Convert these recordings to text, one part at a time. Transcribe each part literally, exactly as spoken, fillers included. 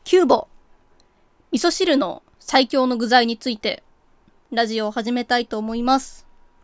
キューボ、味噌汁の最強の具材についてラジオを始めたいと思います。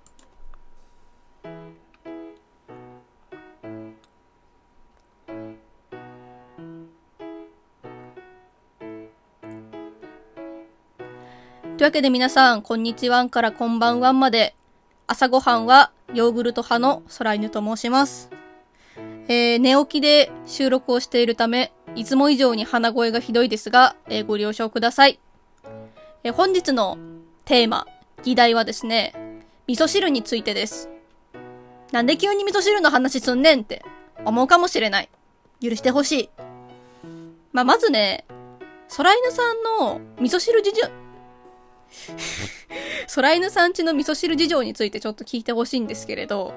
というわけで皆さん、こんにちはからこんばんはまで、朝ごはんはヨーグルト派の空犬と申します。えー、寝起きで収録をしているため、いつも以上に鼻声がひどいですが、えー、ご了承ください。えー、本日のテーマ、議題はですね、味噌汁についてです。なんで急に味噌汁の話すんねんって思うかもしれない。許してほしい。まあ、まずね、空犬さんの味噌汁事情、空犬さんちの味噌汁事情についてちょっと聞いてほしいんですけれど、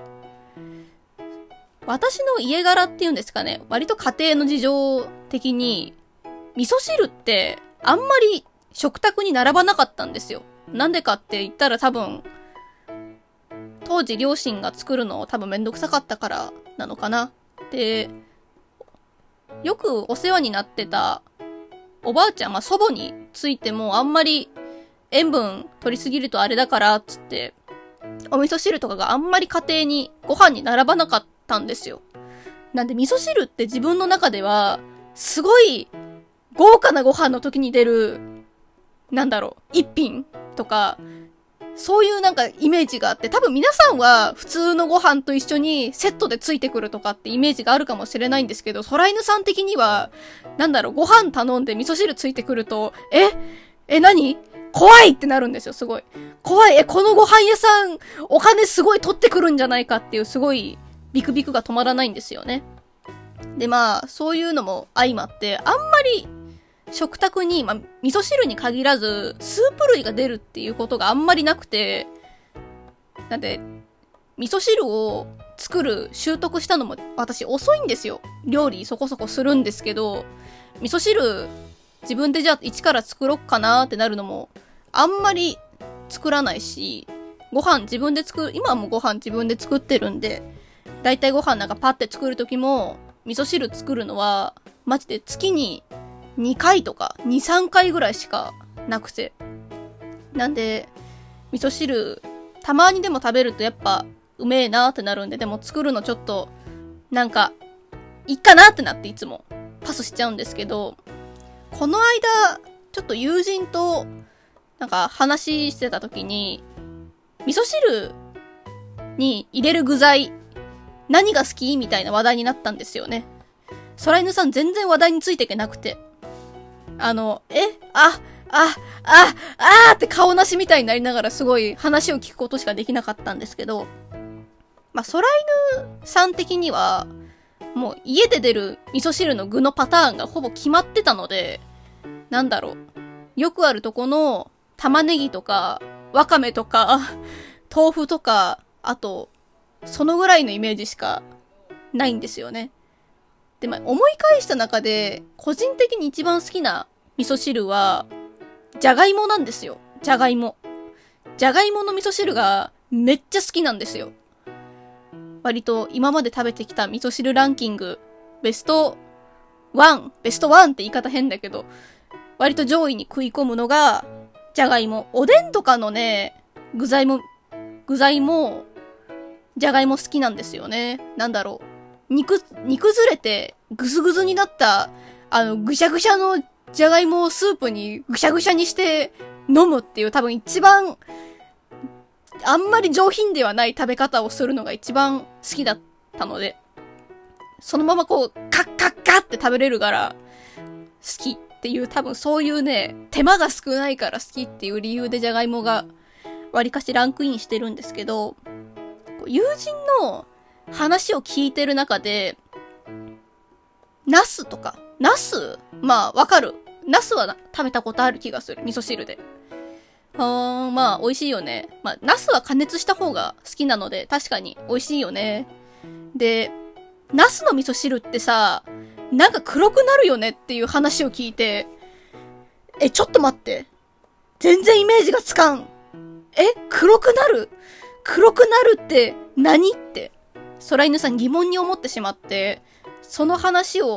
私の家柄っていうんですかね、割と家庭の事情的に味噌汁ってあんまり食卓に並ばなかったんですよ。なんでかって言ったら多分当時両親が作るの多分めんどくさかったからなのかな。で、よくお世話になってたおばあちゃん、まあ祖母についてもあんまり塩分取りすぎるとあれだからっつってお味噌汁とかがあんまり家庭にご飯に並ばなかったんですよ。なんで味噌汁って自分の中ではすごい豪華なご飯の時に出るなんだろう一品とかそういうなんかイメージがあって、多分皆さんは普通のご飯と一緒にセットでついてくるとかってイメージがあるかもしれないんですけど、空犬さん的にはなんだろうご飯頼んで味噌汁ついてくるとええ何怖いってなるんですよ、すごい。怖い。え、このご飯屋さん、お金すごい取ってくるんじゃないかっていう、すごい、ビクビクが止まらないんですよね。で、まあ、そういうのも相まって、あんまり、食卓に、まあ、味噌汁に限らず、スープ類が出るっていうことがあんまりなくて、なんで、味噌汁を作る、習得したのも、私遅いんですよ。料理そこそこするんですけど、味噌汁、自分でじゃあ一から作ろっかなーってなるのもあんまり作らないし、ご飯自分で作る、今はもうご飯自分で作ってるんで、だいたいご飯なんかパッて作るときも味噌汁作るのはマジで月ににかいとかに、さんかいぐらいしかなくて、なんで味噌汁たまにでも食べるとやっぱうめえなーってなるんで、でも作るのちょっとなんかいっかなってなっていつもパスしちゃうんですけど、この間、ちょっと友人と、なんか話してた時に、味噌汁に入れる具材、何が好きみたいな話題になったんですよね。空犬さん全然話題についていけなくて。あの、えあ、あ、あ、あーって顔なしみたいになりながらすごい話を聞くことしかできなかったんですけど、まあ、空犬さん的には、もう家で出る味噌汁の具のパターンがほぼ決まってたので、なんだろう。よくあるとこの玉ねぎとか、わかめとか、豆腐とか、あと、そのぐらいのイメージしかないんですよね。で、まあ、思い返した中で、個人的に一番好きな味噌汁は、じゃがいもなんですよ。じゃがいも。じゃがいもの味噌汁がめっちゃ好きなんですよ。割と今まで食べてきた味噌汁ランキング、ベストワン、ベストワンって言い方変だけど、割と上位に食い込むのが、じゃがいも。おでんとかのね、具材も、具材も、じゃがいも好きなんですよね。なんだろう。肉、肉ずれて、ぐずぐずになった、あの、ぐしゃぐしゃのじゃがいもをスープにぐしゃぐしゃにして飲むっていう多分一番、あんまり上品ではない食べ方をするのが一番好きだったので、そのままこう、カッカッカッって食べれるから好きっていう、多分そういうね、手間が少ないから好きっていう理由でじゃがいもが割かしランクインしてるんですけど、友人の話を聞いてる中で、ナスとか、ナスまあわかる。ナスは食べたことある気がする。味噌汁で。あー、まあ美味しいよね。まあナスは加熱した方が好きなので確かに美味しいよね。で、ナスの味噌汁ってさ、なんか黒くなるよねっていう話を聞いて、え、ちょっと待って。全然イメージがつかん。え、黒くなる黒くなるって何って、空犬さん疑問に思ってしまって、その話を聞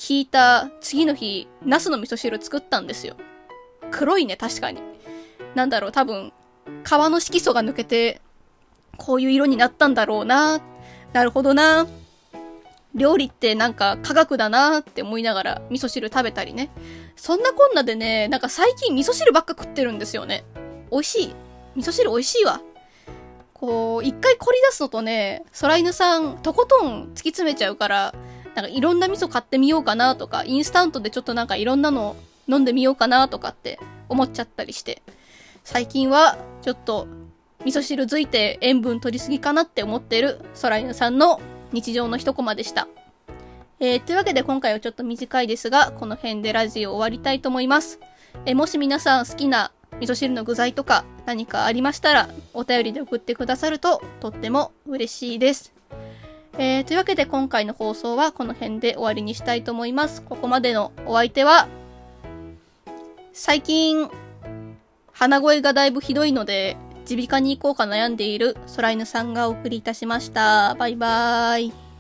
聞いた次の日、ナスの味噌汁作ったんですよ。黒いね、確かに。なんだろう、多分、皮の色素が抜けて、こういう色になったんだろうな。なるほどな。料理ってなんか科学だなって思いながら味噌汁食べたりね。そんなこんなでね、なんか最近味噌汁ばっか食ってるんですよね。美味しい。味噌汁美味しいわ。こう、一回凝り出すのとね、空犬さん、とことん突き詰めちゃうから、なんかいろんな味噌買ってみようかなとか、インスタントでちょっとなんかいろんなの飲んでみようかなとかって思っちゃったりして、最近はちょっと味噌汁づいて塩分取りすぎかなって思っている空犬さんの日常の一コマでした。えー、というわけで今回はちょっと短いですが、この辺でラジオ終わりたいと思います。えー、もし皆さん好きな味噌汁の具材とか何かありましたらお便りで送ってくださるととっても嬉しいです。えー、というわけで今回の放送はこの辺で終わりにしたいと思います。ここまでのお相手は、最近鼻声がだいぶひどいので耳鼻科に行こうか悩んでいる空犬さんがお送りいたしました。バイバーイ。